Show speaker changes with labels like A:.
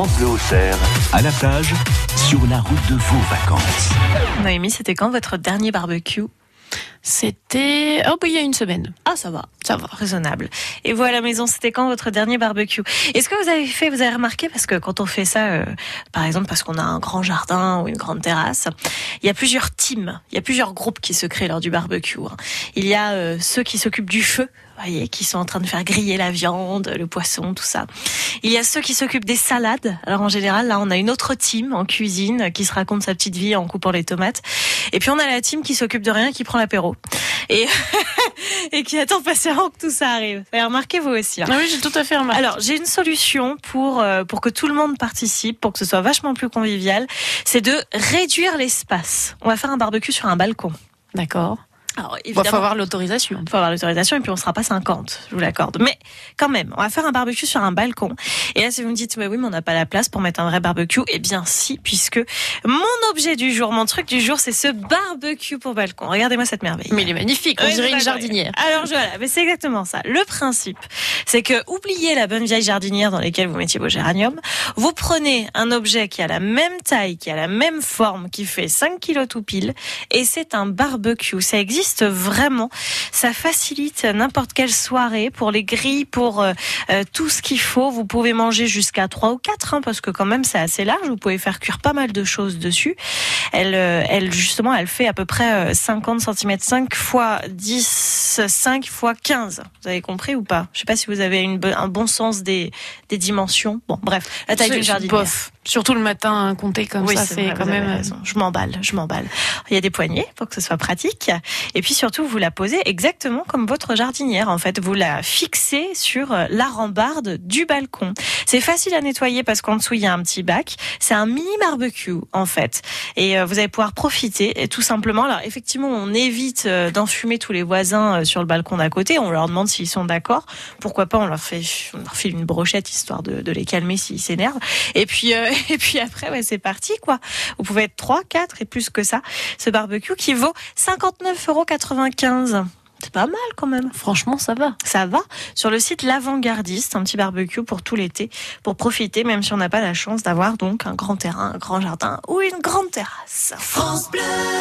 A: France Bleu Auxerre, à la plage, sur la route de vos vacances.
B: Noémie, c'était quand votre dernier barbecue ?
C: C'était il y a une semaine.
B: Ah, ça va, raisonnable. Et vous à la maison, c'était quand votre dernier barbecue ? Est-ce que vous avez remarqué, parce que quand on fait ça, par exemple parce qu'on a un grand jardin ou une grande terrasse, il y a plusieurs teams, il y a plusieurs groupes qui se créent lors du barbecue. Il y a ceux qui s'occupent du feu, voyez, qui sont en train de faire griller la viande, le poisson, tout ça. Il y a ceux qui s'occupent des salades. Alors en général, là, on a une autre team en cuisine qui se raconte sa petite vie en coupant les tomates. Et puis on a la team qui s'occupe de rien, qui prend l'apéro. Et qui attend patiemment que tout ça arrive. Vous avez remarqué vous aussi.
C: Ah oui, j'ai tout à fait remarqué.
B: Alors, j'ai une solution pour que tout le monde participe, pour que ce soit vachement plus convivial. C'est de réduire l'espace. On va faire un barbecue sur un balcon.
C: D'accord.
B: Alors,
C: il faut avoir l'autorisation.
B: Il faut avoir l'autorisation et puis on ne sera pas 50, je vous l'accorde. Mais quand même, on va faire un barbecue sur un balcon. Et là, si vous me dites, mais oui, mais on n'a pas la place pour mettre un vrai barbecue, eh bien si, puisque mon objet du jour, mon truc du jour, c'est ce barbecue pour balcon. Regardez-moi cette merveille.
C: Mais il est magnifique, on dirait une jardinière.
B: Alors voilà, mais c'est exactement ça. Le principe, c'est que oubliez la bonne vieille jardinière dans laquelle vous mettiez vos géraniums. Vous prenez un objet qui a la même taille, qui a la même forme, qui fait 5 kilos tout pile, et c'est un barbecue. Ça existe vraiment, ça facilite n'importe quelle soirée pour les grilles, pour tout ce qu'il faut. Vous pouvez manger jusqu'à 3 ou 4, parce que quand même c'est assez large, vous pouvez faire cuire pas mal de choses dessus. Elle justement, elle fait à peu près 50 cm, 5 x 10, 5 x 15. Vous avez compris ou pas ? Je sais pas si vous avez un bon sens des dimensions. Bon, bref, la taille d'une jardinière.
C: Bof. Surtout le matin, compter comme ça, c'est quand même...
B: raison. Je m'emballe. Il y a des poignées pour que ce soit pratique. Et puis surtout, vous la posez exactement comme votre jardinière. En fait, vous la fixez sur la rambarde du balcon. C'est facile à nettoyer parce qu'en dessous, il y a un petit bac. C'est un mini barbecue, en fait. Et vous allez pouvoir profiter, et tout simplement. Alors, effectivement, on évite d'enfumer tous les voisins sur le balcon d'à côté. On leur demande s'ils sont d'accord. Pourquoi pas, on leur file une brochette, histoire de les calmer s'ils s'énervent. Et puis après, c'est parti, quoi. Vous pouvez être 3, 4 et plus que ça. Ce barbecue qui vaut 59,95 €. C'est pas mal quand même.
C: Franchement, ça va.
B: Ça va. Sur le site L'Avant-Gardiste, un petit barbecue pour tout l'été, pour profiter, même si on n'a pas la chance d'avoir donc un grand terrain, un grand jardin ou une grande terrasse. France Bleu.